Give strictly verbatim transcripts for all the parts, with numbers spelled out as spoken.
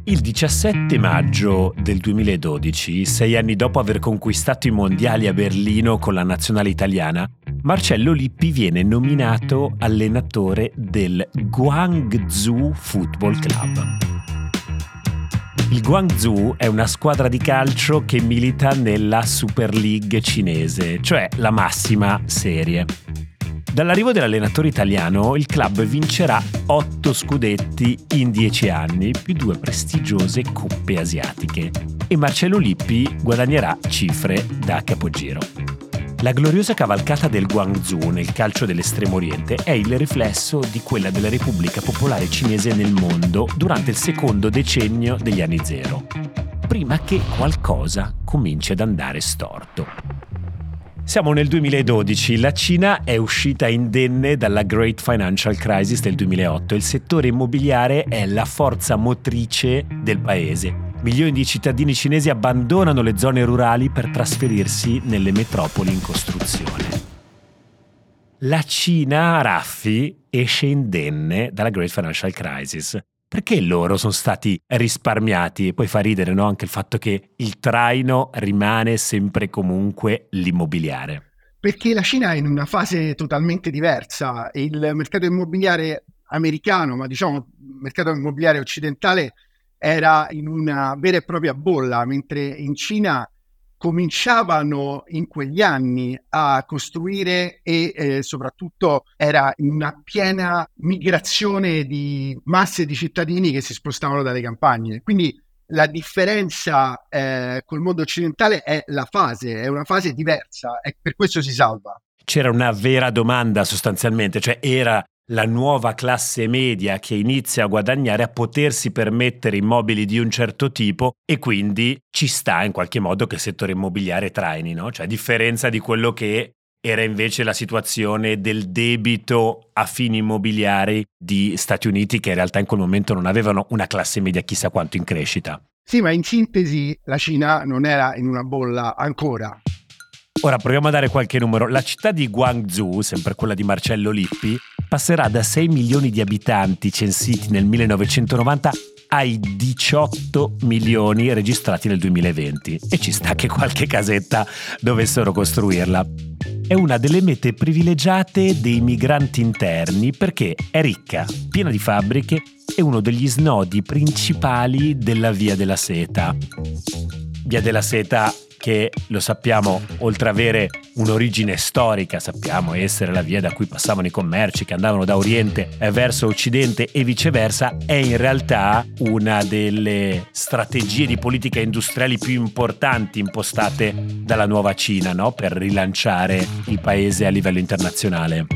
Il diciassette maggio del duemiladodici, sei anni dopo aver conquistato i mondiali a Berlino con la nazionale italiana, Marcello Lippi viene nominato allenatore del Guangzhou Football Club. Il Guangzhou è una squadra di calcio che milita nella Super League cinese, cioè la massima serie. Dall'arrivo dell'allenatore italiano, il club vincerà otto scudetti in dieci anni, più due prestigiose coppe asiatiche, e Marcello Lippi guadagnerà cifre da capogiro. La gloriosa cavalcata del Guangzhou nel calcio dell'Estremo Oriente è il riflesso di quella della Repubblica Popolare Cinese nel mondo durante il secondo decennio degli anni zero, prima che qualcosa cominci ad andare storto. Siamo nel duemiladodici, la Cina è uscita indenne dalla Great Financial Crisis del duemilaotto e il settore immobiliare è la forza motrice del paese. Milioni di cittadini cinesi abbandonano le zone rurali per trasferirsi nelle metropoli in costruzione. La Cina, Raffi, esce indenne dalla Great Financial Crisis. Perché loro sono stati risparmiati? E poi fa ridere, no? Anche il fatto che il traino rimane sempre e comunque l'immobiliare. Perché la Cina è in una fase totalmente diversa. Il mercato immobiliare americano, ma diciamo il mercato immobiliare occidentale, era in una vera e propria bolla, mentre in Cina cominciavano in quegli anni a costruire e eh, soprattutto era in una piena migrazione di masse di cittadini che si spostavano dalle campagne. Quindi la differenza eh, col mondo occidentale è la fase, è una fase diversa e per questo si salva. C'era una vera domanda sostanzialmente, cioè era la nuova classe media che inizia a guadagnare a potersi permettere immobili di un certo tipo e quindi ci sta in qualche modo che il settore immobiliare traini, no? Cioè a differenza di quello che era invece la situazione del debito a fini immobiliari di Stati Uniti, che in realtà in quel momento non avevano una classe media chissà quanto in crescita. Sì, ma in sintesi la Cina non era in una bolla ancora. Ora proviamo a dare qualche numero. La città di Guangzhou, sempre quella di Marcello Lippi, passerà da sei milioni di abitanti censiti nel millenovecentonovanta ai diciotto milioni registrati nel duemilaventi. E ci sta che qualche casetta dovessero costruirla. È una delle mete privilegiate dei migranti interni perché è ricca, piena di fabbriche e uno degli snodi principali della Via della Seta. Via della Seta che, lo sappiamo, oltre ad avere un'origine storica, sappiamo essere la via da cui passavano i commerci che andavano da Oriente verso Occidente e viceversa, è in realtà una delle strategie di politica industriali più importanti impostate dalla nuova Cina, no? Per rilanciare il paese a livello internazionale.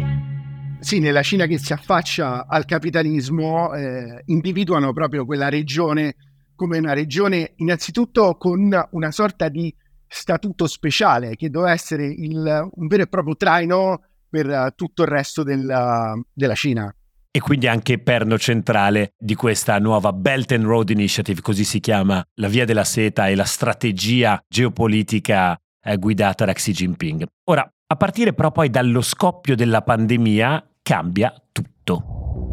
Sì, nella Cina che si affaccia al capitalismo eh, individuano proprio quella regione come una regione innanzitutto con una sorta di statuto speciale che doveva essere il, un vero e proprio traino per uh, tutto il resto del, uh, della Cina. E quindi anche perno centrale di questa nuova Belt and Road Initiative, così si chiama la Via della Seta e la strategia geopolitica eh, guidata da Xi Jinping. Ora, a partire però poi dallo scoppio della pandemia, cambia tutto.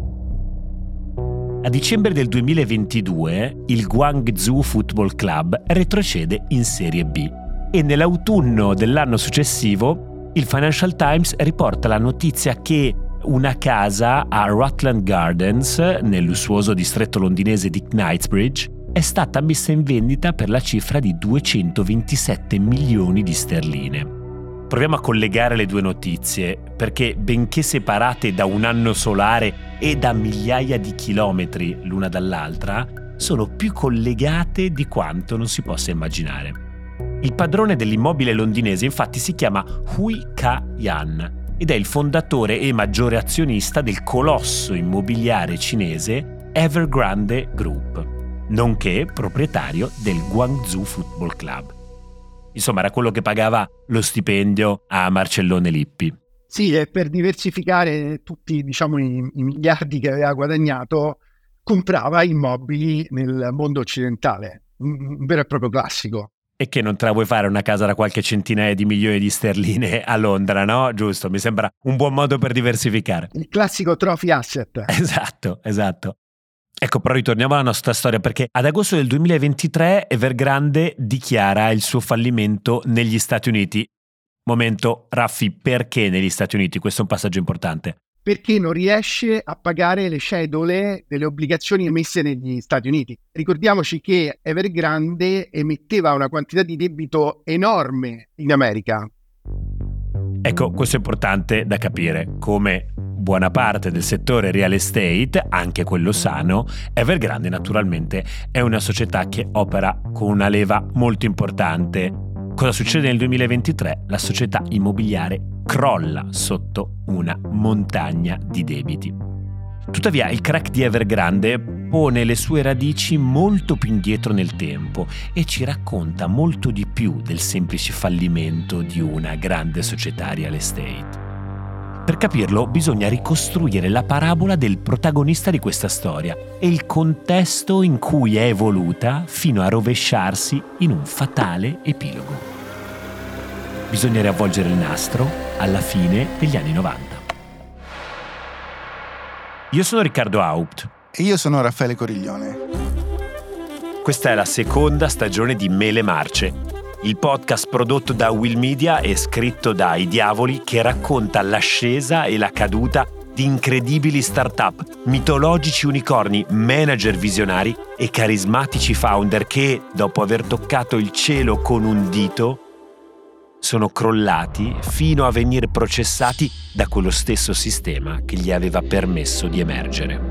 A dicembre del duemilaventidue il Guangzhou Football Club retrocede in Serie B e nell'autunno dell'anno successivo il Financial Times riporta la notizia che una casa a Rutland Gardens, nel lussuoso distretto londinese di Knightsbridge, è stata messa in vendita per la cifra di duecentoventisette milioni di sterline. Proviamo a collegare le due notizie, perché benché separate da un anno solare e da migliaia di chilometri l'una dall'altra, sono più collegate di quanto non si possa immaginare. Il padrone dell'immobile londinese infatti si chiama Hui Ka-yan ed è il fondatore e maggiore azionista del colosso immobiliare cinese Evergrande Group, nonché proprietario del Guangzhou Football Club. Insomma, era quello che pagava lo stipendio a Marcellone Lippi. Sì, e per diversificare tutti, diciamo, i, i miliardi che aveva guadagnato, comprava immobili nel mondo occidentale, un, un vero e proprio classico. E che non te la vuoi fare una casa da qualche centinaia di milioni di sterline a Londra, no? Giusto, mi sembra un buon modo per diversificare. Il classico trophy asset. Esatto, esatto. Ecco, però ritorniamo alla nostra storia, perché ad agosto del duemilaventitré Evergrande dichiara il suo fallimento negli Stati Uniti. Momento, Raffi, perché negli Stati Uniti? Questo è un passaggio importante. Perché non riesce a pagare le cedole delle obbligazioni emesse negli Stati Uniti. Ricordiamoci che Evergrande emetteva una quantità di debito enorme in America. Ecco, questo è importante da capire. Come buona parte del settore real estate, anche quello sano, Evergrande naturalmente è una società che opera con una leva molto importante. Cosa succede nel duemilaventitré? La società immobiliare crolla sotto una montagna di debiti. Tuttavia, il crack di Evergrande pone le sue radici molto più indietro nel tempo e ci racconta molto di più del semplice fallimento di una grande società real estate. Per capirlo, bisogna ricostruire la parabola del protagonista di questa storia e il contesto in cui è evoluta fino a rovesciarsi in un fatale epilogo. Bisogna riavvolgere il nastro alla fine degli anni novanta. Io sono Riccardo Haupt. E io sono Raffaele Coriglione. Questa è la seconda stagione di Mele Marce, il podcast prodotto da Will Media e scritto da I Diavoli, che racconta l'ascesa e la caduta di incredibili start-up, mitologici unicorni, manager visionari e carismatici founder che, dopo aver toccato il cielo con un dito, sono crollati fino a venire processati da quello stesso sistema che gli aveva permesso di emergere.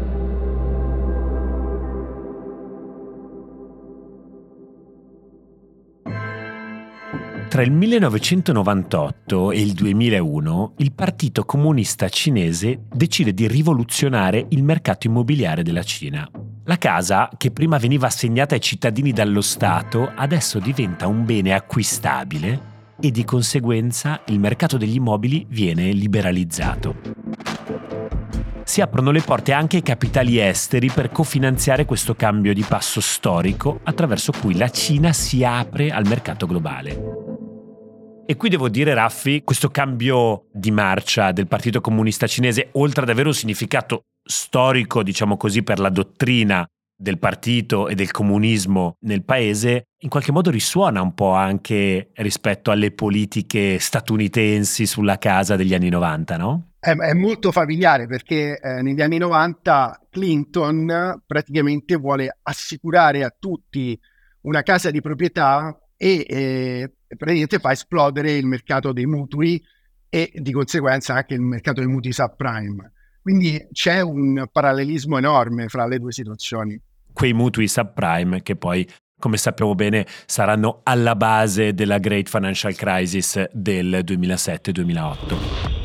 Tra il millenovecentonovantotto e il duemilauno, il Partito Comunista Cinese decide di rivoluzionare il mercato immobiliare della Cina. La casa, che prima veniva assegnata ai cittadini dallo Stato, adesso diventa un bene acquistabile e di conseguenza il mercato degli immobili viene liberalizzato. Si aprono le porte anche ai capitali esteri per cofinanziare questo cambio di passo storico attraverso cui la Cina si apre al mercato globale. E qui devo dire, Raffi, questo cambio di marcia del Partito Comunista Cinese, oltre ad avere un significato storico, diciamo così, per la dottrina del partito e del comunismo nel paese, in qualche modo risuona un po' anche rispetto alle politiche statunitensi sulla casa degli anni novanta, no? È, è molto familiare perché eh, negli anni novanta Clinton praticamente vuole assicurare a tutti una casa di proprietà e eh, praticamente fa esplodere il mercato dei mutui e di conseguenza anche il mercato dei mutui subprime. Quindi c'è un parallelismo enorme fra le due situazioni. Quei mutui subprime che poi, come sappiamo bene, saranno alla base della Great Financial Crisis del duemilasette duemilaotto.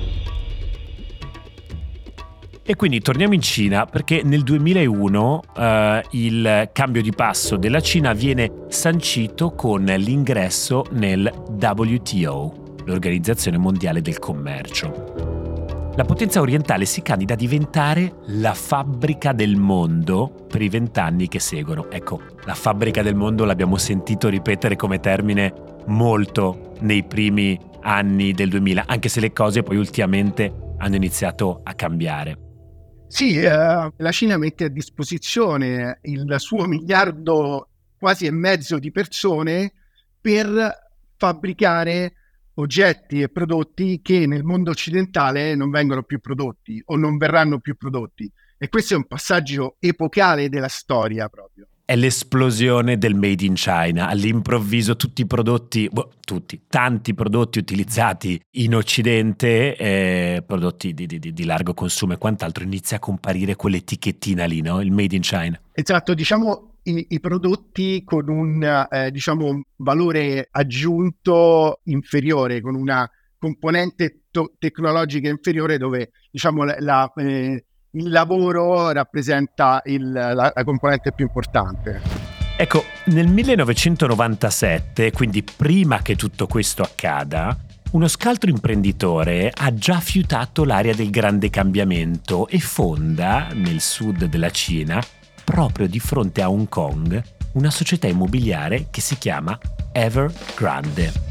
E quindi torniamo in Cina perché nel duemilauno eh, il cambio di passo della Cina viene sancito con l'ingresso nel W T O, l'Organizzazione Mondiale del Commercio. La potenza orientale si candida a diventare la fabbrica del mondo per i vent'anni che seguono. Ecco, la fabbrica del mondo l'abbiamo sentito ripetere come termine molto nei primi anni del duemila, anche se le cose poi ultimamente hanno iniziato a cambiare. Sì, eh, la Cina mette a disposizione il suo miliardo quasi e mezzo di persone per fabbricare oggetti e prodotti che nel mondo occidentale non vengono più prodotti o non verranno più prodotti. E questo è un passaggio epocale della storia proprio. È l'esplosione del Made in China. All'improvviso tutti i prodotti, boh, tutti, tanti prodotti utilizzati in Occidente, eh, prodotti di, di, di largo consumo e quant'altro, inizia a comparire quell'etichettina lì, no? Il Made in China. Esatto, diciamo i, i prodotti con un eh, diciamo, valore aggiunto inferiore, con una componente to- tecnologica inferiore dove diciamo la... la eh, il lavoro rappresenta il, la, la componente più importante. Ecco, nel millenovecentonovantasette, quindi prima che tutto questo accada, uno scaltro imprenditore ha già fiutato l'area del grande cambiamento e fonda, nel sud della Cina, proprio di fronte a Hong Kong, una società immobiliare che si chiama Evergrande.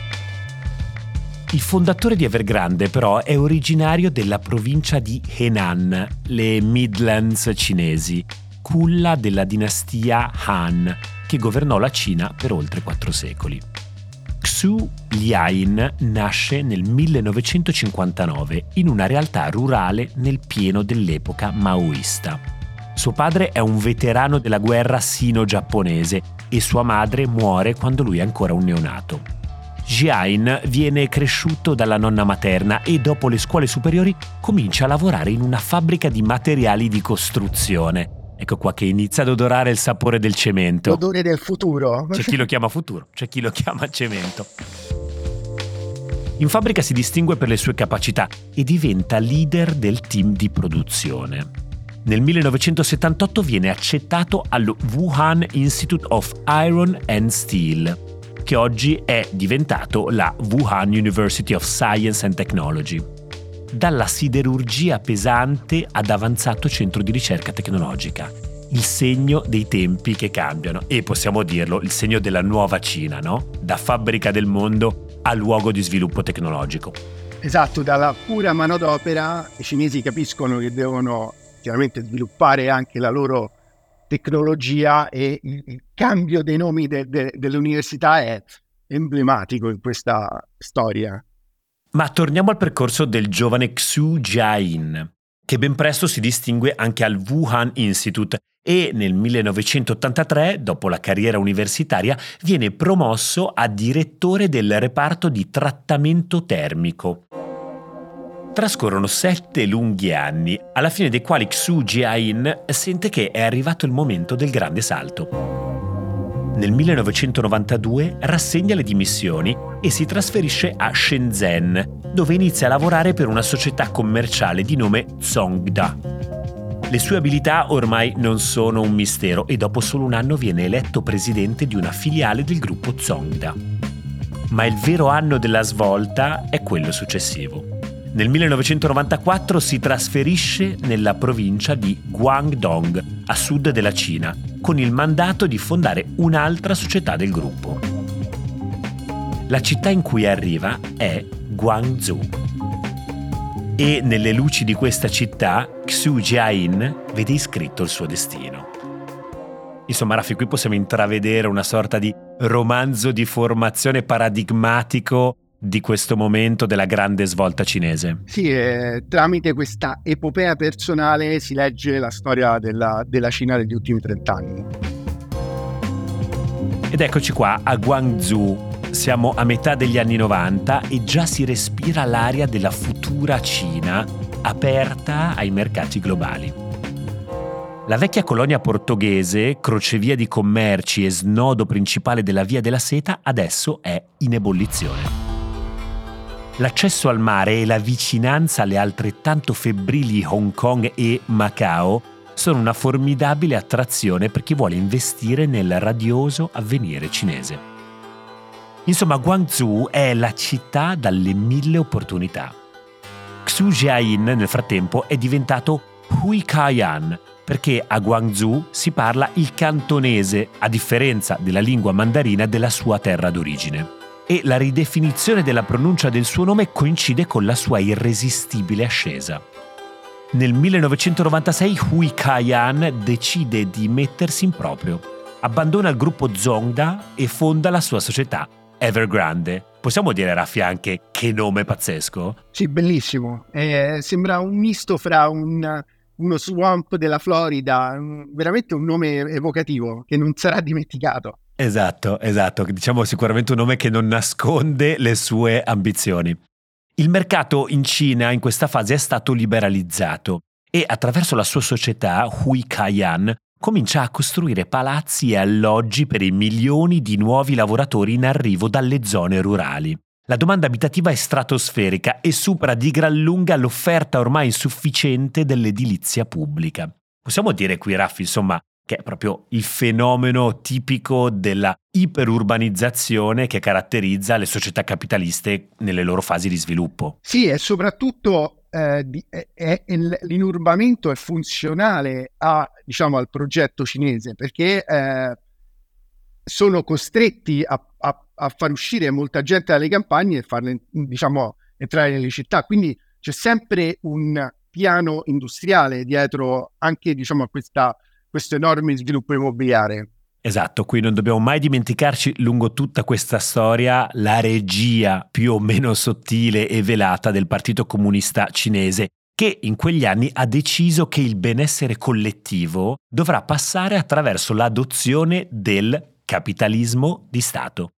Il fondatore di Evergrande però è originario della provincia di Henan, le Midlands cinesi, culla della dinastia Han, che governò la Cina per oltre quattro secoli. Xu Liayin nasce nel millenovecentocinquantanove in una realtà rurale nel pieno dell'epoca maoista. Suo padre è un veterano della guerra sino-giapponese e sua madre muore quando lui è ancora un neonato. Jiayin viene cresciuto dalla nonna materna e dopo le scuole superiori comincia a lavorare in una fabbrica di materiali di costruzione. Ecco qua che inizia ad odorare il sapore del cemento. L'odore del futuro. C'è chi lo chiama futuro, c'è chi lo chiama cemento. In fabbrica si distingue per le sue capacità e diventa leader del team di produzione. Nel millenovecentosettantotto viene accettato allo Wuhan Institute of Iron and Steel, che oggi è diventato la Wuhan University of Science and Technology. Dalla siderurgia pesante ad avanzato centro di ricerca tecnologica. Il segno dei tempi che cambiano e, possiamo dirlo, il segno della nuova Cina, no? Da fabbrica del mondo a luogo di sviluppo tecnologico. Esatto, dalla pura manodopera i cinesi capiscono che devono chiaramente sviluppare anche la loro tecnologia e il, il cambio dei nomi de, de, delle università è emblematico in questa storia. Ma torniamo al percorso del giovane Xu Jiayin, che ben presto si distingue anche al Wuhan Institute e nel millenovecentottantatré, dopo la carriera universitaria, viene promosso a direttore del reparto di trattamento termico. Trascorrono sette lunghi anni, alla fine dei quali Xu Jiayin sente che è arrivato il momento del grande salto. Nel millenovecentonovantadue rassegna le dimissioni e si trasferisce a Shenzhen, dove inizia a lavorare per una società commerciale di nome Zongda. Le sue abilità ormai non sono un mistero e dopo solo un anno viene eletto presidente di una filiale del gruppo Zongda. Ma il vero anno della svolta è quello successivo. Nel millenovecentonovantaquattro si trasferisce nella provincia di Guangdong, a sud della Cina, con il mandato di fondare un'altra società del gruppo. La città in cui arriva è Guangzhou. E nelle luci di questa città, Xu Jiayin vede iscritto il suo destino. Insomma, Raffi, qui possiamo intravedere una sorta di romanzo di formazione paradigmatico di questo momento della grande svolta cinese. Sì, eh, tramite questa epopea personale si legge la storia della, della Cina degli ultimi trent'anni. Ed eccoci qua a Guangzhou. Siamo a metà degli anni novanta e già si respira l'aria della futura Cina aperta ai mercati globali. La vecchia colonia portoghese, crocevia di commerci e snodo principale della Via della Seta, adesso è in ebollizione. L'accesso al mare e la vicinanza alle altrettanto febbrili Hong Kong e Macao sono una formidabile attrazione per chi vuole investire nel radioso avvenire cinese. Insomma, Guangzhou è la città dalle mille opportunità. Xu Jiayin, nel frattempo, è diventato Huikayan, perché a Guangzhou si parla il cantonese, a differenza della lingua mandarina della sua terra d'origine. E la ridefinizione della pronuncia del suo nome coincide con la sua irresistibile ascesa. Nel millenovecentonovantasei Huikayan decide di mettersi in proprio. Abbandona il gruppo Zongda e fonda la sua società, Evergrande. Possiamo dire, Raffi, anche che nome pazzesco? Sì, bellissimo. Eh, sembra un misto fra un, uno swamp della Florida, un, veramente un nome evocativo che non sarà dimenticato. Esatto, esatto. Diciamo sicuramente un nome che non nasconde le sue ambizioni. Il mercato in Cina in questa fase è stato liberalizzato e attraverso la sua società Huikayan comincia a costruire palazzi e alloggi per i milioni di nuovi lavoratori in arrivo dalle zone rurali. La domanda abitativa è stratosferica e supera di gran lunga l'offerta ormai insufficiente dell'edilizia pubblica. Possiamo dire qui, Raffi, insomma, che è proprio il fenomeno tipico della iperurbanizzazione che caratterizza le società capitaliste nelle loro fasi di sviluppo. Sì, e soprattutto eh, di, è, è, l'inurbamento è funzionale a, diciamo, al progetto cinese, perché eh, sono costretti a, a, a far uscire molta gente dalle campagne e farle, diciamo, entrare nelle città. Quindi c'è sempre un piano industriale dietro anche, diciamo, a questa questo enorme sviluppo immobiliare. Esatto, qui non dobbiamo mai dimenticarci lungo tutta questa storia la regia più o meno sottile e velata del Partito Comunista Cinese, che in quegli anni ha deciso che il benessere collettivo dovrà passare attraverso l'adozione del capitalismo di Stato.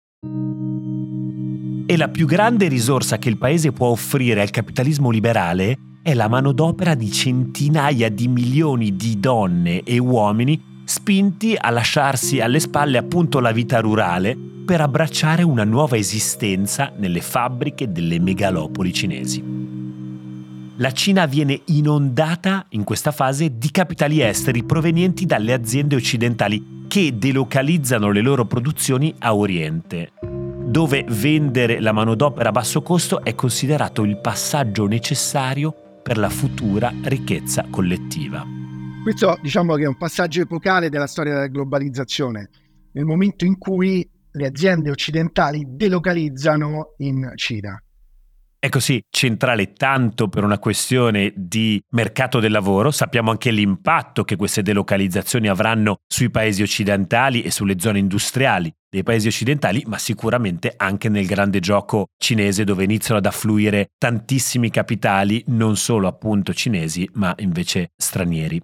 E la più grande risorsa che il paese può offrire al capitalismo liberale è la manodopera di centinaia di milioni di donne e uomini spinti a lasciarsi alle spalle appunto la vita rurale per abbracciare una nuova esistenza nelle fabbriche delle megalopoli cinesi. La Cina viene inondata in questa fase di capitali esteri provenienti dalle aziende occidentali che delocalizzano le loro produzioni a Oriente, dove vendere la manodopera a basso costo è considerato il passaggio necessario per la futura ricchezza collettiva. Questo diciamo che è un passaggio epocale della storia della globalizzazione, nel momento in cui le aziende occidentali delocalizzano in Cina. È così centrale tanto per una questione di mercato del lavoro, sappiamo anche l'impatto che queste delocalizzazioni avranno sui paesi occidentali e sulle zone industriali dei paesi occidentali, ma sicuramente anche nel grande gioco cinese dove iniziano ad affluire tantissimi capitali, non solo appunto cinesi, ma invece stranieri.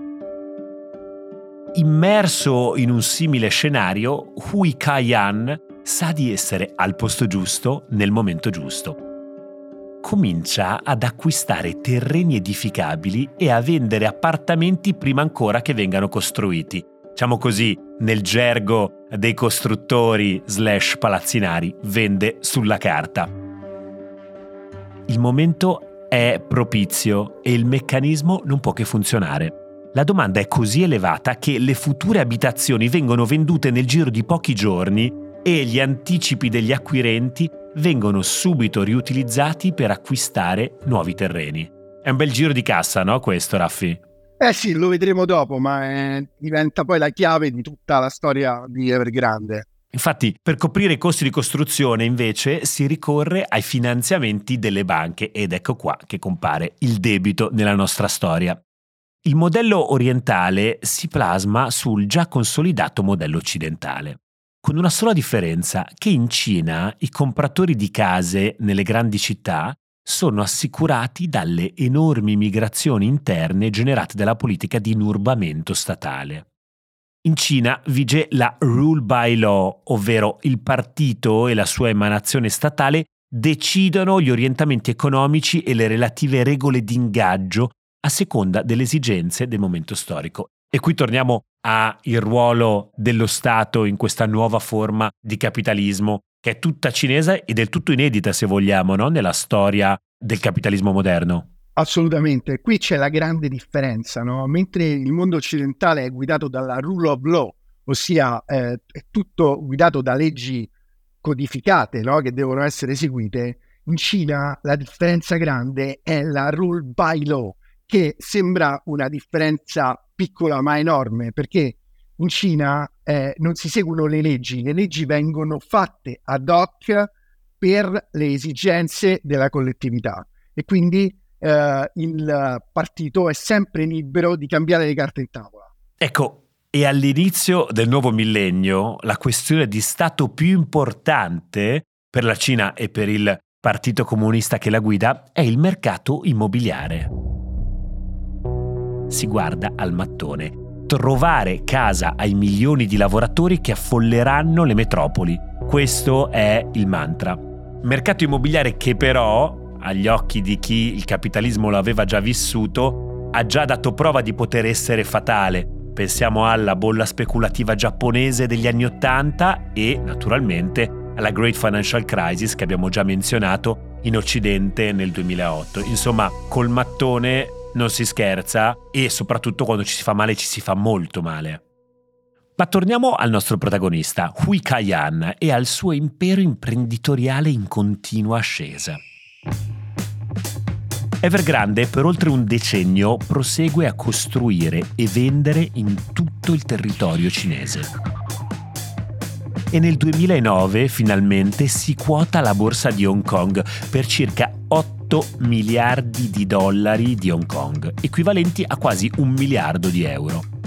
Immerso in un simile scenario, Hui Ka-yan sa di essere al posto giusto nel momento giusto. Comincia ad acquistare terreni edificabili e a vendere appartamenti prima ancora che vengano costruiti. Diciamo così, nel gergo dei costruttori slash palazzinari, vende sulla carta. Il momento è propizio e il meccanismo non può che funzionare. La domanda è così elevata che le future abitazioni vengono vendute nel giro di pochi giorni e gli anticipi degli acquirenti vengono subito riutilizzati per acquistare nuovi terreni. È un bel giro di cassa, no? Questo, Raffi? Eh sì, lo vedremo dopo, ma eh, diventa poi la chiave di tutta la storia di Evergrande. Infatti, per coprire i costi di costruzione, invece, si ricorre ai finanziamenti delle banche ed ecco qua che compare il debito nella nostra storia. Il modello orientale si plasma sul già consolidato modello occidentale, con una sola differenza, che in Cina i compratori di case nelle grandi città sono assicurati dalle enormi migrazioni interne generate dalla politica di inurbamento statale. In Cina vige la rule by law, ovvero il partito e la sua emanazione statale decidono gli orientamenti economici e le relative regole di ingaggio a seconda delle esigenze del momento storico. E qui torniamo al ruolo dello Stato in questa nuova forma di capitalismo, che è tutta cinese e del tutto inedita, se vogliamo, no? Nella storia del capitalismo moderno. Assolutamente, qui c'è la grande differenza, no? Mentre il mondo occidentale è guidato dalla rule of law, ossia eh, è tutto guidato da leggi codificate, no? Che devono essere eseguite, in Cina la differenza grande è la rule by law, che sembra una differenza piccola ma enorme, perché in Cina eh, non si seguono le leggi, le leggi vengono fatte ad hoc per le esigenze della collettività e quindi eh, il partito è sempre libero di cambiare le carte in tavola. Ecco, e all'inizio del nuovo millennio la questione di Stato più importante per la Cina e per il Partito Comunista che la guida è il mercato immobiliare. Si guarda al mattone: trovare casa ai milioni di lavoratori che affolleranno le metropoli. Questo è il mantra. Mercato immobiliare che però, agli occhi di chi il capitalismo lo aveva già vissuto, ha già dato prova di poter essere fatale. Pensiamo alla bolla speculativa giapponese degli anni Ottanta e, naturalmente, alla Great Financial Crisis che abbiamo già menzionato in Occidente nel duemilaotto. Insomma, col mattone non si scherza e soprattutto quando ci si fa male ci si fa molto male. Ma torniamo al nostro protagonista, Hui Ka-yan, e al suo impero imprenditoriale in continua ascesa. Evergrande per oltre un decennio prosegue a costruire e vendere in tutto il territorio cinese. E nel duemilanove finalmente si quota alla borsa di Hong Kong per circa otto miliardi di dollari di Hong Kong, equivalenti a quasi un miliardo di euro.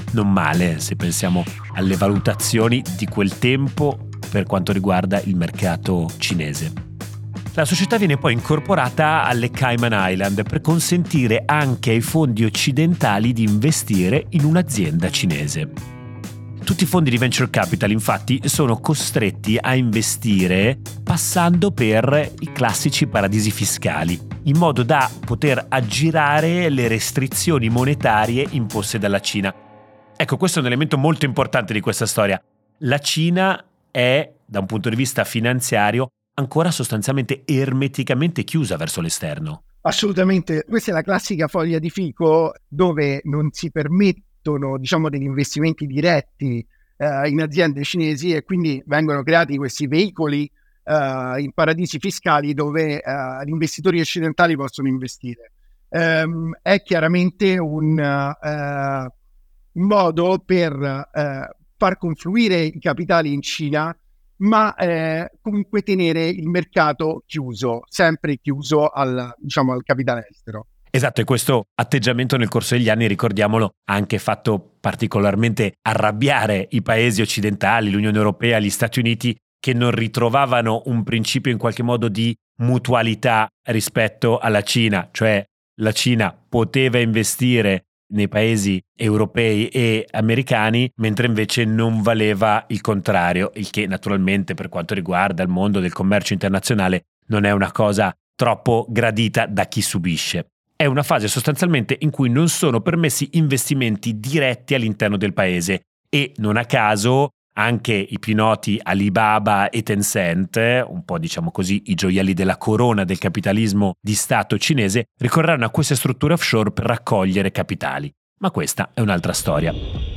non male se pensiamo alle valutazioni di quel tempo per quanto riguarda il mercato cinese. La società viene poi incorporata alle Cayman Island per consentire anche ai fondi occidentali di investire in un'azienda cinese. Tutti i fondi di venture capital infatti sono costretti a investire passando per i classici paradisi fiscali, in modo da poter aggirare le restrizioni monetarie imposte dalla Cina. Ecco, questo è un elemento molto importante di questa storia. La Cina è, da un punto di vista finanziario, ancora sostanzialmente ermeticamente chiusa verso l'esterno. Assolutamente, questa è la classica foglia di fico dove non si permettono, diciamo, degli investimenti diretti eh, in aziende cinesi, e quindi vengono creati questi veicoli eh, in paradisi fiscali dove eh, gli investitori occidentali possono investire. Um, è chiaramente un uh, modo per uh, far confluire i capitali in Cina, ma eh, comunque tenere il mercato chiuso, sempre chiuso al, diciamo, al capitale estero. Esatto, e questo atteggiamento nel corso degli anni, ricordiamolo, ha anche fatto particolarmente arrabbiare i paesi occidentali, l'Unione Europea, gli Stati Uniti, che non ritrovavano un principio in qualche modo di mutualità rispetto alla Cina, cioè la Cina poteva investire nei paesi europei e americani, mentre invece non valeva il contrario, il che naturalmente per quanto riguarda il mondo del commercio internazionale non è una cosa troppo gradita da chi subisce. È una fase sostanzialmente in cui non sono permessi investimenti diretti all'interno del paese e non a caso anche i più noti Alibaba e Tencent, un po' diciamo così i gioielli della corona del capitalismo di Stato cinese, ricorreranno a queste strutture offshore per raccogliere capitali. Ma questa è un'altra storia.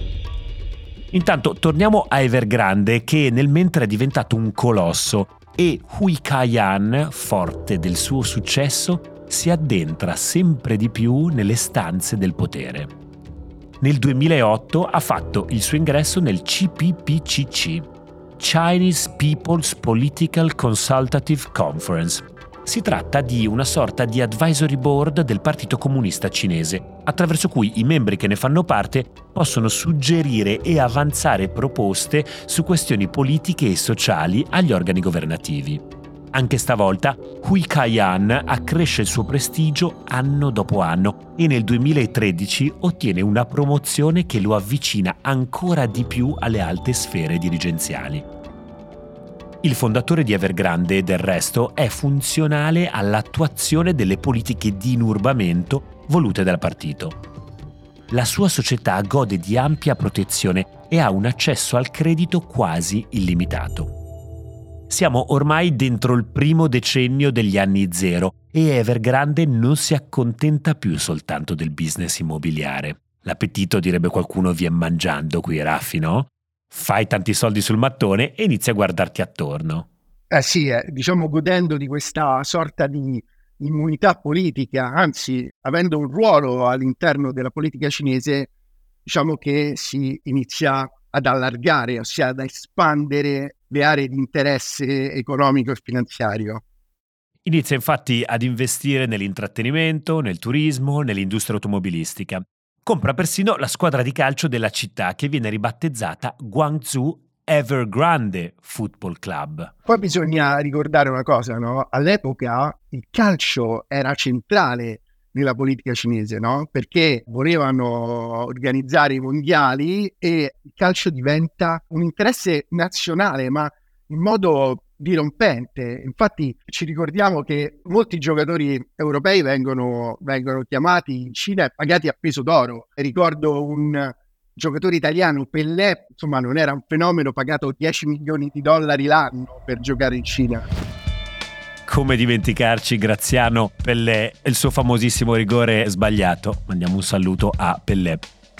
Intanto torniamo a Evergrande, che nel mentre è diventato un colosso, e Hui Ka-Yan, forte del suo successo, si addentra sempre di più nelle stanze del potere. Nel duemilaotto ha fatto il suo ingresso nel C P P C C, Chinese People's Political Consultative Conference. Si tratta di una sorta di advisory board del Partito Comunista Cinese, attraverso cui i membri che ne fanno parte possono suggerire e avanzare proposte su questioni politiche e sociali agli organi governativi. Anche stavolta Hui Ka-Yan accresce il suo prestigio anno dopo anno e nel duemilatredici ottiene una promozione che lo avvicina ancora di più alle alte sfere dirigenziali. Il fondatore di Evergrande, del resto, è funzionale all'attuazione delle politiche di inurbamento volute dal partito. La sua società gode di ampia protezione e ha un accesso al credito quasi illimitato. Siamo ormai dentro il primo decennio degli anni zero e Evergrande non si accontenta più soltanto del business immobiliare. L'appetito, direbbe qualcuno, vien mangiando qui, Raffi, no? Fai tanti soldi sul mattone e inizi a guardarti attorno. Eh sì, eh, diciamo godendo di questa sorta di immunità politica, anzi avendo un ruolo all'interno della politica cinese, diciamo che si inizia ad allargare, ossia ad espandere le aree di interesse economico e finanziario. Inizia infatti ad investire nell'intrattenimento, nel turismo, nell'industria automobilistica. Compra persino la squadra di calcio della città, che viene ribattezzata Guangzhou Evergrande Football Club. Poi bisogna ricordare una cosa, no? All'epoca il calcio era centrale nella politica cinese, no? Perché volevano organizzare i mondiali e il calcio diventa un interesse nazionale, ma in modo dirompente. Infatti ci ricordiamo che molti giocatori europei vengono, vengono chiamati in Cina e pagati a peso d'oro. Ricordo un giocatore italiano, Pelé, insomma non era un fenomeno, pagato dieci milioni di dollari l'anno per giocare in Cina. Come dimenticarci Graziano Pelé e il suo famosissimo rigore sbagliato. Mandiamo un saluto a Pelé.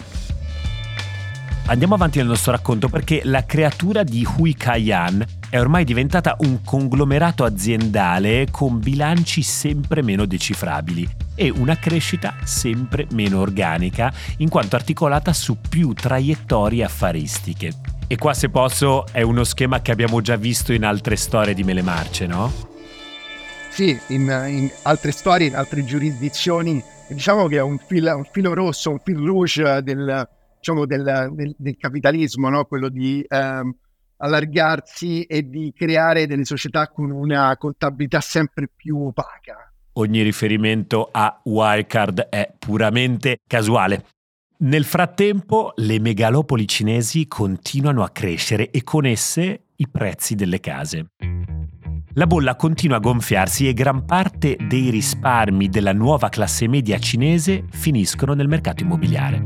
Andiamo avanti nel nostro racconto, perché la creatura di Hui Ka-Yan è ormai diventata un conglomerato aziendale con bilanci sempre meno decifrabili e una crescita sempre meno organica, in quanto articolata su più traiettorie affaristiche. E qua, se posso, è uno schema che abbiamo già visto in altre storie di Mele Marce, no? Sì, in, in altre storie, in altre giurisdizioni, diciamo che è un filo, un filo rosso, un fil rouge del, diciamo, del, del, del capitalismo, no? Quello di ehm, allargarsi e di creare delle società con una contabilità sempre più opaca. Ogni riferimento a Wirecard è puramente casuale. Nel frattempo, le megalopoli cinesi continuano a crescere e con esse i prezzi delle case. La bolla continua a gonfiarsi e gran parte dei risparmi della nuova classe media cinese finiscono nel mercato immobiliare.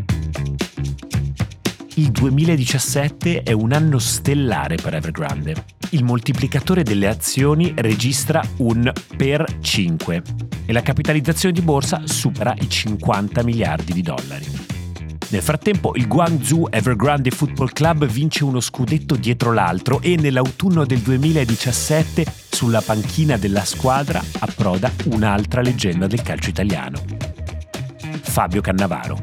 Il duemiladiciassette è un anno stellare per Evergrande. Il moltiplicatore delle azioni registra un per cinque e la capitalizzazione di borsa supera i cinquanta miliardi di dollari. Nel frattempo il Guangzhou Evergrande Football Club vince uno scudetto dietro l'altro e nell'autunno del duemiladiciassette sulla panchina della squadra approda un'altra leggenda del calcio italiano, Fabio Cannavaro.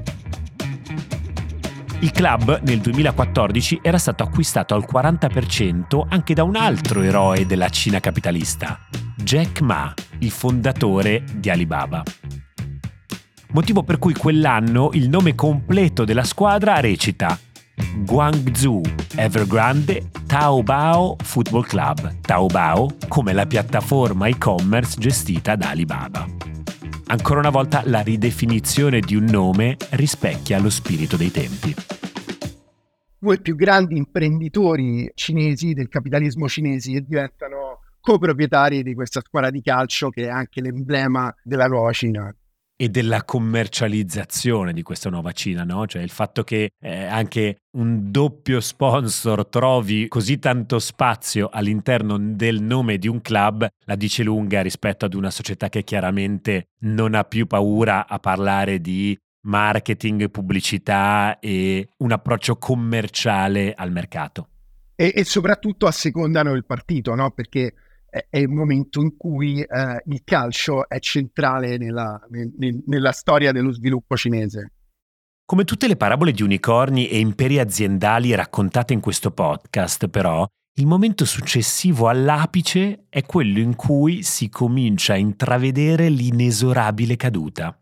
Il club nel duemilaquattordici era stato acquistato al quaranta per cento anche da un altro eroe della Cina capitalista, Jack Ma, il fondatore di Alibaba. Motivo per cui quell'anno il nome completo della squadra recita Guangzhou Evergrande Taobao Football Club, Taobao come la piattaforma e-commerce gestita da Alibaba. Ancora una volta la ridefinizione di un nome rispecchia lo spirito dei tempi. Due più grandi imprenditori cinesi del capitalismo cinese diventano coproprietari di questa squadra di calcio che è anche l'emblema della nuova Cina. E della commercializzazione di questa nuova Cina, no? Cioè il fatto che eh, anche un doppio sponsor trovi così tanto spazio all'interno del nome di un club la dice lunga rispetto ad una società che chiaramente non ha più paura a parlare di marketing, pubblicità e un approccio commerciale al mercato. E, e soprattutto assecondano il partito, no? Perché è il momento in cui eh, il calcio è centrale nella, nel, nella storia dello sviluppo cinese. Come tutte le parabole di unicorni e imperi aziendali raccontate in questo podcast, però, il momento successivo all'apice è quello in cui si comincia a intravedere l'inesorabile caduta.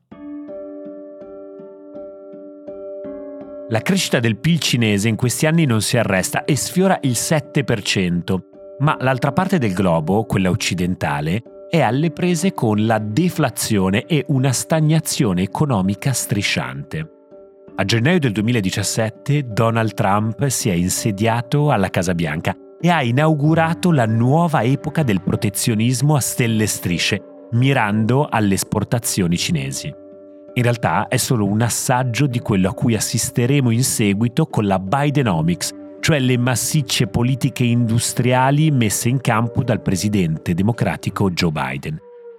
La crescita del P I L cinese in questi anni non si arresta e sfiora il sette per cento. Ma l'altra parte del globo, quella occidentale, è alle prese con la deflazione e una stagnazione economica strisciante. A gennaio del duemiladiciassette Donald Trump si è insediato alla Casa Bianca e ha inaugurato la nuova epoca del protezionismo a stelle e strisce, mirando alle esportazioni cinesi. In realtà è solo un assaggio di quello a cui assisteremo in seguito con la Bidenomics, cioè le massicce politiche industriali messe in campo dal presidente democratico Joe Biden.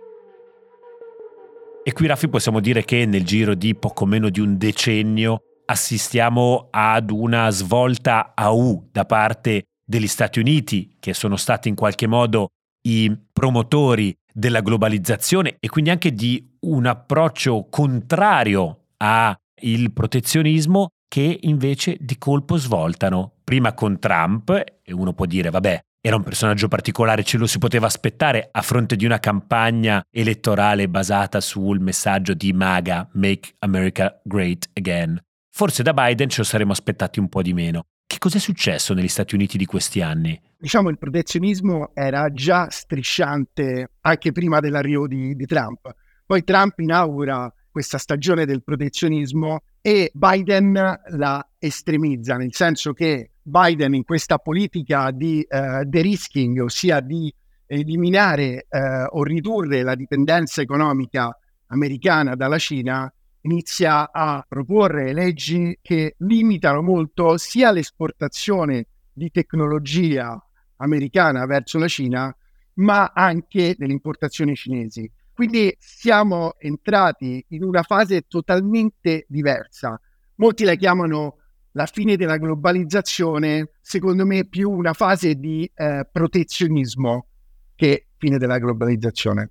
E qui, Raffi, possiamo dire che nel giro di poco meno di un decennio assistiamo ad una svolta a U da parte degli Stati Uniti, che sono stati in qualche modo i promotori della globalizzazione e quindi anche di un approccio contrario al protezionismo, che invece di colpo svoltano. Prima con Trump, e uno può dire, vabbè, era un personaggio particolare, ce lo si poteva aspettare a fronte di una campagna elettorale basata sul messaggio di MAGA, Make America Great Again. Forse da Biden ce lo saremmo aspettati un po' di meno. Che cos'è successo negli Stati Uniti di questi anni? Diciamo il protezionismo era già strisciante anche prima dell'arrivo di, di Trump. Poi Trump inaugura questa stagione del protezionismo e Biden la estremizza, nel senso che Biden in questa politica di uh, de-risking, ossia di eliminare uh, o ridurre la dipendenza economica americana dalla Cina, inizia a proporre leggi che limitano molto sia l'esportazione di tecnologia americana verso la Cina, ma anche delle importazioni cinesi. Quindi siamo entrati in una fase totalmente diversa. Molti la chiamano la fine della globalizzazione, secondo me più una fase di eh, protezionismo che fine della globalizzazione.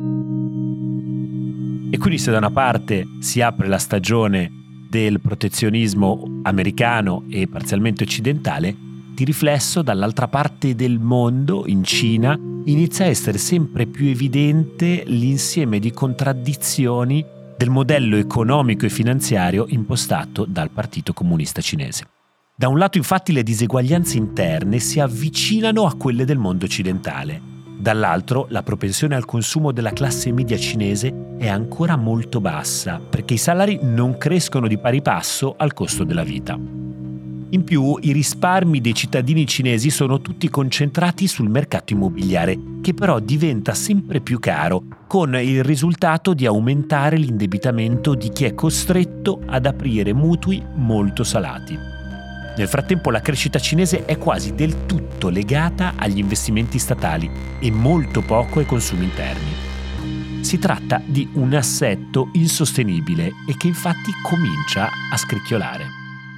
E quindi se da una parte si apre la stagione del protezionismo americano e parzialmente occidentale, di riflesso dall'altra parte del mondo, in Cina, inizia a essere sempre più evidente l'insieme di contraddizioni del modello economico e finanziario impostato dal Partito Comunista Cinese. Da un lato, infatti, le diseguaglianze interne si avvicinano a quelle del mondo occidentale. Dall'altro, la propensione al consumo della classe media cinese è ancora molto bassa, perché i salari non crescono di pari passo al costo della vita. In più, i risparmi dei cittadini cinesi sono tutti concentrati sul mercato immobiliare, che però diventa sempre più caro, con il risultato di aumentare l'indebitamento di chi è costretto ad aprire mutui molto salati. Nel frattempo, la crescita cinese è quasi del tutto legata agli investimenti statali e molto poco ai consumi interni. Si tratta di un assetto insostenibile e che infatti comincia a scricchiolare.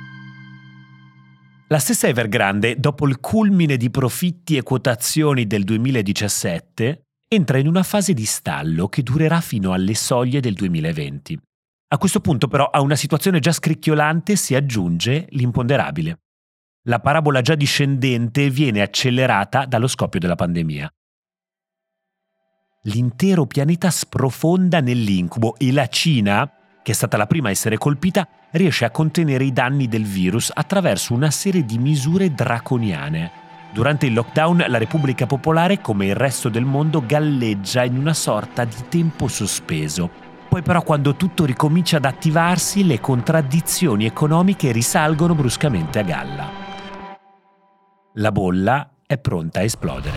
La stessa Evergrande, dopo il culmine di profitti e quotazioni del duemiladiciassette, entra in una fase di stallo che durerà fino alle soglie del duemilaventi. A questo punto però a una situazione già scricchiolante si aggiunge l'imponderabile. La parabola già discendente viene accelerata dallo scoppio della pandemia. L'intero pianeta sprofonda nell'incubo e la Cina, che è stata la prima a essere colpita, riesce a contenere i danni del virus attraverso una serie di misure draconiane. Durante il lockdown la Repubblica Popolare, come il resto del mondo, galleggia in una sorta di tempo sospeso. Poi però, quando tutto ricomincia ad attivarsi, le contraddizioni economiche risalgono bruscamente a galla. La bolla è pronta a esplodere.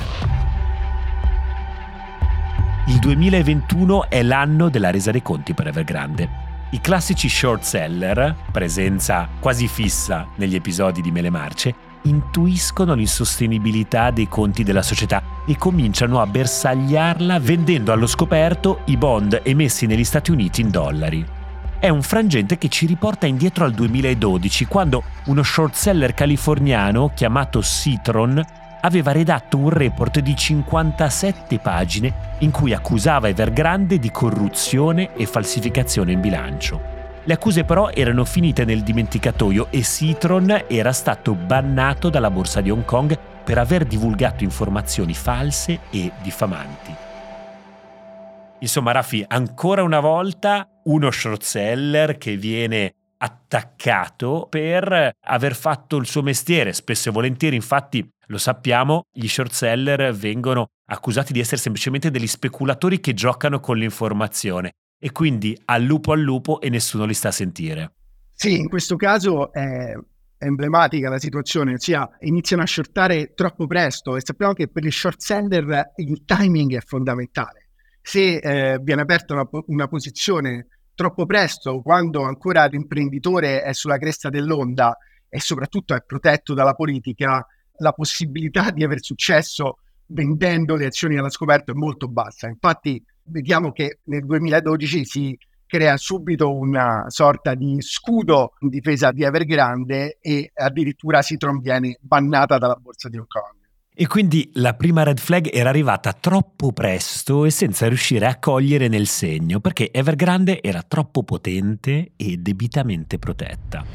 Il duemilaventuno è l'anno della resa dei conti per Evergrande. I classici short seller, presenza quasi fissa negli episodi di Mele Marce, intuiscono l'insostenibilità dei conti della società e cominciano a bersagliarla vendendo allo scoperto i bond emessi negli Stati Uniti in dollari. È un frangente che ci riporta indietro al duemiladodici, quando uno short seller californiano chiamato Citron aveva redatto un report di cinquantasette pagine in cui accusava Evergrande di corruzione e falsificazione in bilancio. Le accuse però erano finite nel dimenticatoio e Citron era stato bannato dalla borsa di Hong Kong per aver divulgato informazioni false e diffamanti. Insomma, Raffi, ancora una volta uno short seller che viene attaccato per aver fatto il suo mestiere. Spesso e volentieri, infatti, lo sappiamo, gli short seller vengono accusati di essere semplicemente degli speculatori che giocano con l'informazione e quindi al lupo al lupo e nessuno li sta a sentire. Sì, in questo caso è, è emblematica la situazione, ossia iniziano a shortare troppo presto e sappiamo che per il short seller il timing è fondamentale. Se eh, viene aperta una, una posizione troppo presto, quando ancora l'imprenditore è sulla cresta dell'onda e soprattutto è protetto dalla politica, la possibilità di aver successo vendendo le azioni alla scoperto è molto bassa. Infatti vediamo che nel duemiladodici si crea subito una sorta di scudo in difesa di Evergrande e addirittura Citron viene bannata dalla borsa di Hong Kong. E quindi la prima red flag era arrivata troppo presto e senza riuscire a cogliere nel segno, perché Evergrande era troppo potente e debitamente protetta.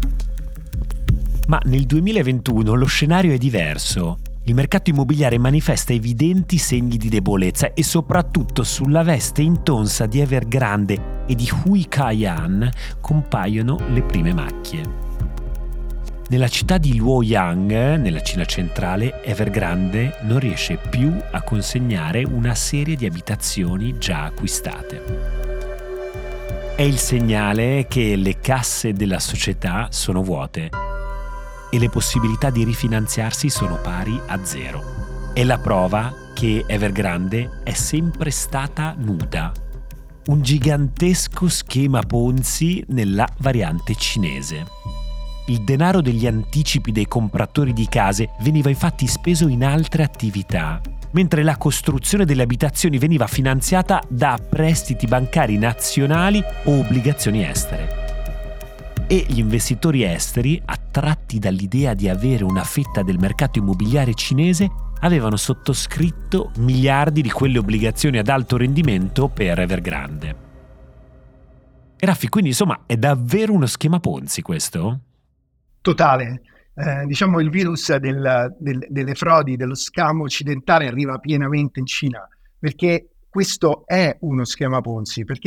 Ma nel duemilaventuno lo scenario è diverso. Il mercato immobiliare manifesta evidenti segni di debolezza e soprattutto sulla veste intonsa di Evergrande e di Hui Ka-Yan compaiono le prime macchie. Nella città di Luoyang, nella Cina centrale, Evergrande non riesce più a consegnare una serie di abitazioni già acquistate. È il segnale che le casse della società sono vuote e le possibilità di rifinanziarsi sono pari a zero. È la prova che Evergrande è sempre stata nuda. Un gigantesco schema Ponzi nella variante cinese. Il denaro degli anticipi dei compratori di case veniva infatti speso in altre attività, mentre la costruzione delle abitazioni veniva finanziata da prestiti bancari nazionali o obbligazioni estere. E gli investitori esteri, attratti dall'idea di avere una fetta del mercato immobiliare cinese, avevano sottoscritto miliardi di quelle obbligazioni ad alto rendimento per Evergrande. E Raffi, quindi insomma è davvero uno schema Ponzi questo? Totale. Eh, diciamo il virus del, del, delle frodi, dello scam occidentale arriva pienamente in Cina, perché questo è uno schema Ponzi, perché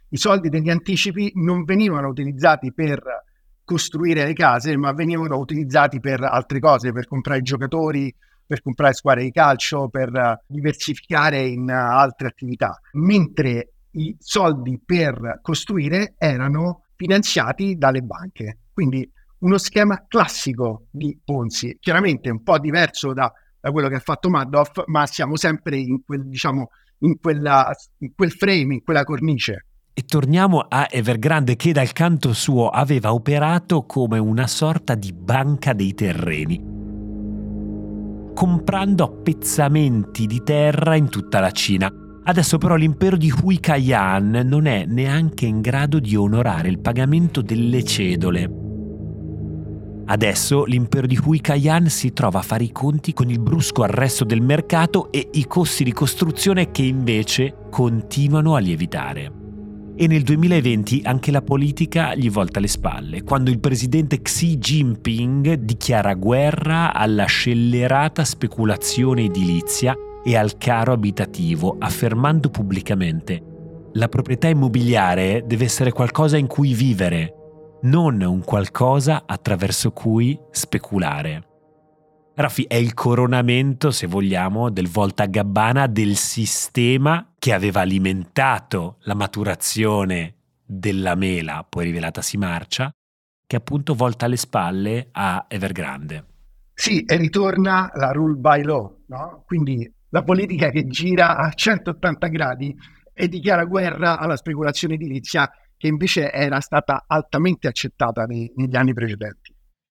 i soldi degli anticipi non venivano utilizzati per costruire le case, ma venivano utilizzati per altre cose, per comprare giocatori, per comprare squadre di calcio, per diversificare in altre attività, mentre i soldi per costruire erano finanziati dalle banche. Quindi uno schema classico di Ponzi, chiaramente un po' diverso da, da quello che ha fatto Madoff, ma siamo sempre in quel, diciamo, in quella, in quel frame, in quella cornice. E torniamo a Evergrande, che dal canto suo aveva operato come una sorta di banca dei terreni, comprando appezzamenti di terra in tutta la Cina. Adesso però l'impero di Hui Kaiyan non è neanche in grado di onorare il pagamento delle cedole. Adesso l'impero di Hui Kaiyan si trova a fare i conti con il brusco arresto del mercato e i costi di costruzione che invece continuano a lievitare. E nel duemilaventi anche la politica gli volta le spalle, quando il presidente Xi Jinping dichiara guerra alla scellerata speculazione edilizia e al caro abitativo, affermando pubblicamente: la proprietà immobiliare deve essere qualcosa in cui vivere, non un qualcosa attraverso cui speculare. Raffi, è il coronamento, se vogliamo, del Volta a Gabbana, del sistema che aveva alimentato la maturazione della mela, poi rivelatasi marcia, che appunto volta le spalle a Evergrande. Sì, e ritorna la rule by law, no? Quindi la politica che gira a centottanta gradi e dichiara guerra alla speculazione edilizia, che invece era stata altamente accettata nei, negli anni precedenti.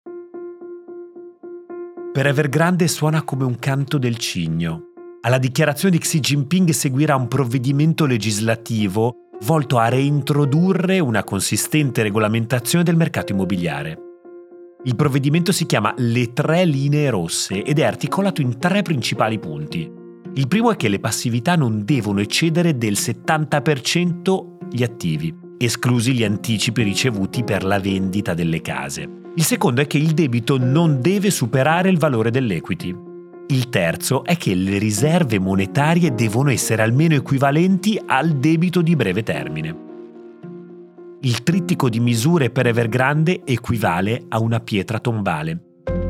Per Evergrande suona come un canto del cigno. Alla dichiarazione di Xi Jinping seguirà un provvedimento legislativo volto a reintrodurre una consistente regolamentazione del mercato immobiliare. Il provvedimento si chiama Le tre linee rosse ed è articolato in tre principali punti. Il primo è che le passività non devono eccedere del settanta per cento gli attivi, esclusi gli anticipi ricevuti per la vendita delle case. Il secondo è che il debito non deve superare il valore dell'equity. Il terzo è che le riserve monetarie devono essere almeno equivalenti al debito di breve termine. Il trittico di misure per Evergrande equivale a una pietra tombale.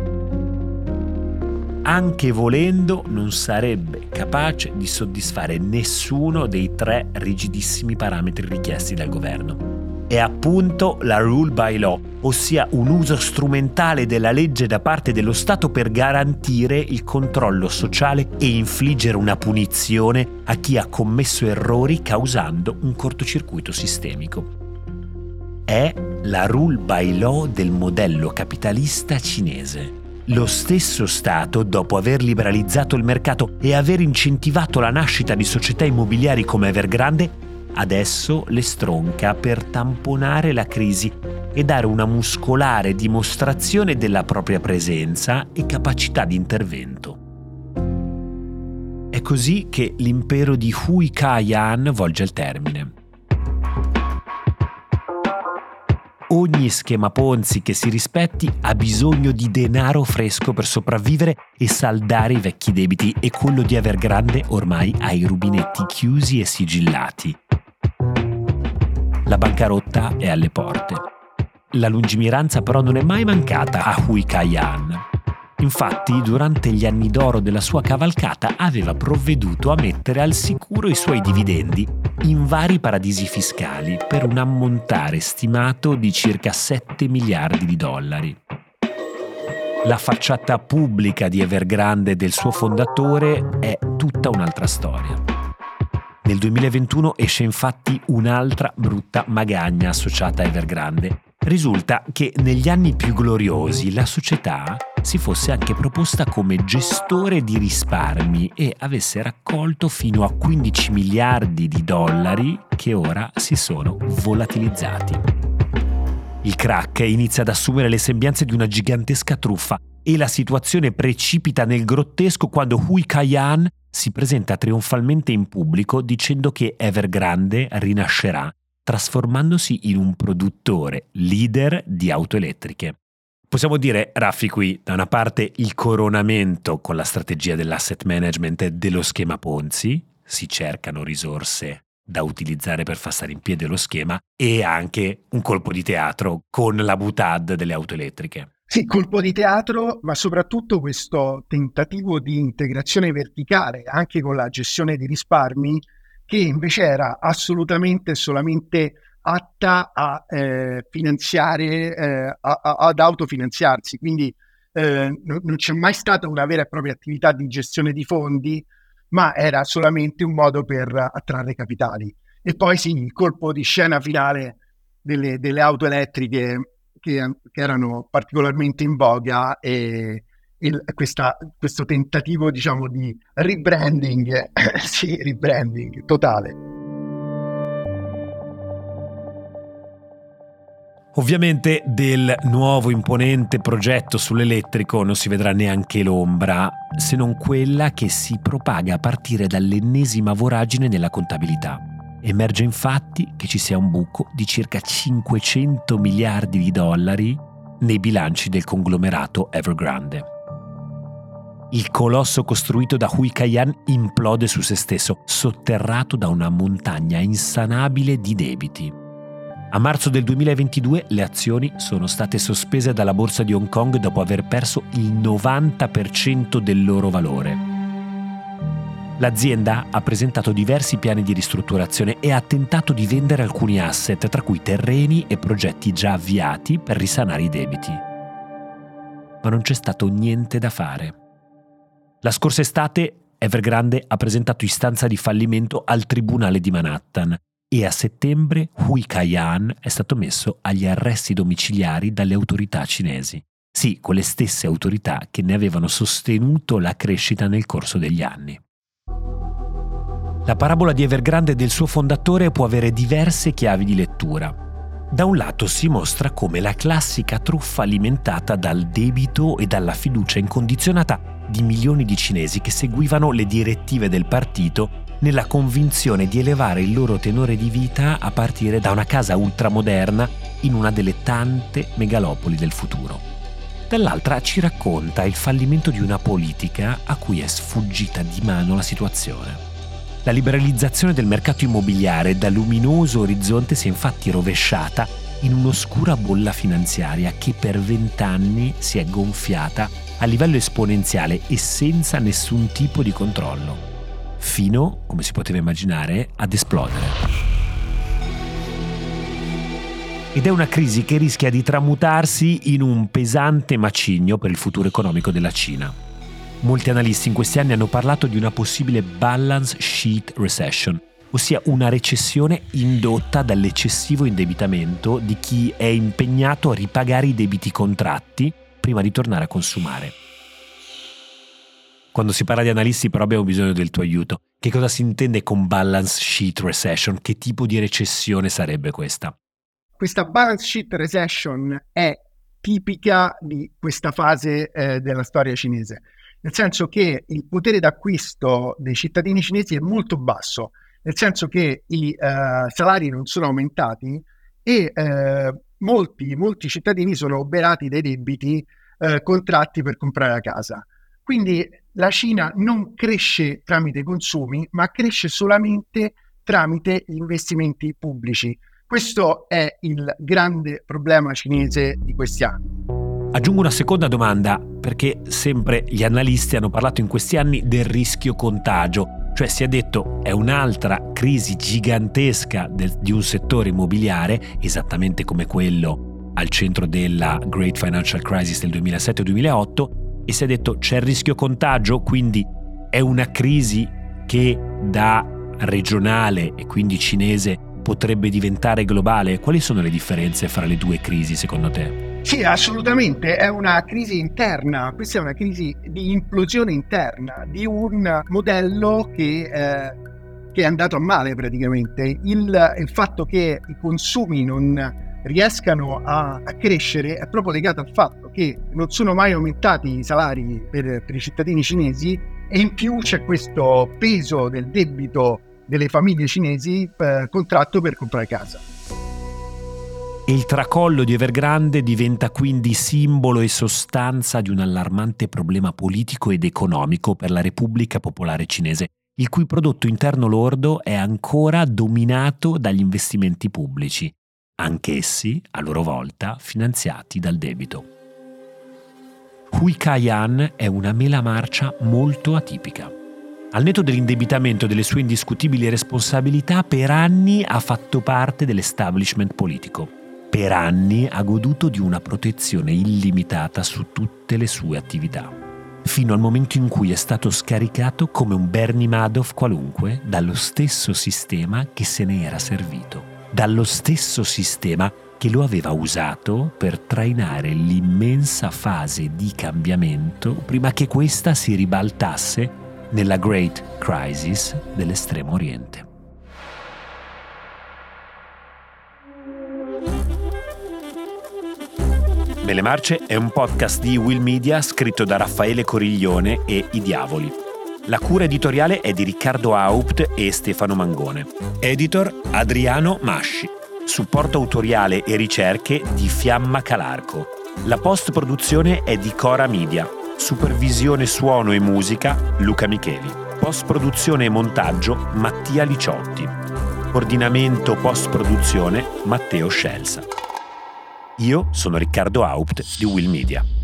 Anche volendo non sarebbe capace di soddisfare nessuno dei tre rigidissimi parametri richiesti dal governo. È appunto la rule by law, ossia un uso strumentale della legge da parte dello Stato per garantire il controllo sociale e infliggere una punizione a chi ha commesso errori causando un cortocircuito sistemico. È la rule by law del modello capitalista cinese. Lo stesso Stato, dopo aver liberalizzato il mercato e aver incentivato la nascita di società immobiliari come Evergrande, adesso le stronca per tamponare la crisi e dare una muscolare dimostrazione della propria presenza e capacità di intervento. È così che l'impero di Hui Kaiyan volge al termine. Ogni schema Ponzi che si rispetti ha bisogno di denaro fresco per sopravvivere e saldare i vecchi debiti, e quello di Evergrande ormai ha i rubinetti chiusi e sigillati. La bancarotta è alle porte. La lungimiranza però non è mai mancata a Hui Kaiyan. Infatti, durante gli anni d'oro della sua cavalcata aveva provveduto a mettere al sicuro i suoi dividendi in vari paradisi fiscali per un ammontare stimato di circa sette miliardi di dollari. La facciata pubblica di Evergrande e del suo fondatore è tutta un'altra storia. Nel duemilaventuno esce infatti un'altra brutta magagna associata a Evergrande. Risulta che negli anni più gloriosi la società si fosse anche proposta come gestore di risparmi e avesse raccolto fino a quindici miliardi di dollari che ora si sono volatilizzati. Il crack inizia ad assumere le sembianze di una gigantesca truffa e la situazione precipita nel grottesco quando Hui Kaiyan si presenta trionfalmente in pubblico dicendo che Evergrande rinascerà, trasformandosi in un produttore leader di auto elettriche. Possiamo dire, Raffi, qui da una parte il coronamento con la strategia dell'asset management e dello schema Ponzi, si cercano risorse da utilizzare per far stare in piedi lo schema, e anche un colpo di teatro con la boutade delle auto elettriche. Sì, colpo di teatro, ma soprattutto questo tentativo di integrazione verticale anche con la gestione di risparmi, che invece era assolutamente solamente atta a eh, finanziare, eh, a, a, ad autofinanziarsi. Quindi eh, non, non c'è mai stata una vera e propria attività di gestione di fondi, ma era solamente un modo per attrarre capitali. E poi sì, il colpo di scena finale delle, delle auto elettriche che, che erano particolarmente in voga, e il, questa, questo tentativo, diciamo, di rebranding, sì, rebranding totale. Ovviamente del nuovo imponente progetto sull'elettrico non si vedrà neanche l'ombra, se non quella che si propaga a partire dall'ennesima voragine nella contabilità. Emerge infatti che ci sia un buco di circa cinquecento miliardi di dollari nei bilanci del conglomerato Evergrande. Il colosso costruito da Hui Kai-Yan implode su se stesso, sotterrato da una montagna insanabile di debiti. A marzo del duemilaventidue le azioni sono state sospese dalla borsa di Hong Kong dopo aver perso il novanta per cento del loro valore. L'azienda ha presentato diversi piani di ristrutturazione e ha tentato di vendere alcuni asset, tra cui terreni e progetti già avviati per risanare i debiti. Ma non c'è stato niente da fare. La scorsa estate Evergrande ha presentato istanza di fallimento al tribunale di Manhattan e a settembre Hui Kai-Yan è stato messo agli arresti domiciliari dalle autorità cinesi. Sì, quelle stesse autorità che ne avevano sostenuto la crescita nel corso degli anni. La parabola di Evergrande e del suo fondatore può avere diverse chiavi di lettura. Da un lato si mostra come la classica truffa alimentata dal debito e dalla fiducia incondizionata di milioni di cinesi che seguivano le direttive del partito nella convinzione di elevare il loro tenore di vita a partire da una casa ultramoderna in una delle tante megalopoli del futuro. Dall'altra ci racconta il fallimento di una politica a cui è sfuggita di mano la situazione. La liberalizzazione del mercato immobiliare da luminoso orizzonte si è infatti rovesciata in un'oscura bolla finanziaria che per vent'anni si è gonfiata a livello esponenziale e senza nessun tipo di controllo, fino, come si poteva immaginare, ad esplodere. Ed è una crisi che rischia di tramutarsi in un pesante macigno per il futuro economico della Cina. Molti analisti in questi anni hanno parlato di una possibile balance sheet recession, ossia una recessione indotta dall'eccessivo indebitamento di chi è impegnato a ripagare i debiti contratti prima di tornare a consumare. Quando si parla di analisti però abbiamo bisogno del tuo aiuto. Che cosa si intende con balance sheet recession? Che tipo di recessione sarebbe questa? Questa balance sheet recession è tipica di questa fase eh, della storia cinese. Nel senso che il potere d'acquisto dei cittadini cinesi è molto basso, nel senso che i uh, salari non sono aumentati e uh, molti, molti cittadini sono oberati dai debiti uh, contratti per comprare la casa. Quindi la Cina non cresce tramite i consumi, ma cresce solamente tramite gli investimenti pubblici. Questo è il grande problema cinese di questi anni. Aggiungo una seconda domanda, perché sempre gli analisti hanno parlato in questi anni del rischio contagio, cioè si è detto è un'altra crisi gigantesca del, di un settore immobiliare, esattamente come quello al centro della Great Financial Crisis del duemilasette duemilaotto, e si è detto c'è il rischio contagio, quindi è una crisi che da regionale e quindi cinese potrebbe diventare globale. Quali sono le differenze fra le due crisi secondo te? Sì, assolutamente, è una crisi interna, questa è una crisi di implosione interna, di un modello che, eh, che è andato a male praticamente. Il, il fatto che i consumi non riescano a, a crescere è proprio legato al fatto che non sono mai aumentati i salari per, per i cittadini cinesi, e in più c'è questo peso del debito delle famiglie cinesi eh, contratto per comprare casa. Il tracollo di Evergrande diventa quindi simbolo e sostanza di un allarmante problema politico ed economico per la Repubblica Popolare Cinese. il cui prodotto interno lordo è ancora dominato dagli investimenti pubblici, anch'essi, a loro volta, finanziati dal debito. Hui Ka-Yan è una mela marcia molto atipica. Al netto dell'indebitamento e delle sue indiscutibili responsabilità, per anni ha fatto parte dell'establishment politico. Per anni ha goduto di una protezione illimitata su tutte le sue attività, fino al momento in cui è stato scaricato come un Bernie Madoff qualunque dallo stesso sistema che se ne era servito, dallo stesso sistema che lo aveva usato per trainare l'immensa fase di cambiamento prima che questa si ribaltasse nella Great Crisis dell'Estremo Oriente. Mele Marce è un podcast di Will Media scritto da Raffaele Coriglione e I Diavoli. La cura editoriale è di Riccardo Haupt e Stefano Mangone. Editor Adriano Masci. Supporto autoriale e ricerche di Fiamma Calarco. La post-produzione è di Cora Media. Supervisione suono e musica Luca Micheli. Post-produzione e montaggio Mattia Liciotti. Coordinamento post-produzione Matteo Scelsa. Io sono Riccardo Haupt di Will Media.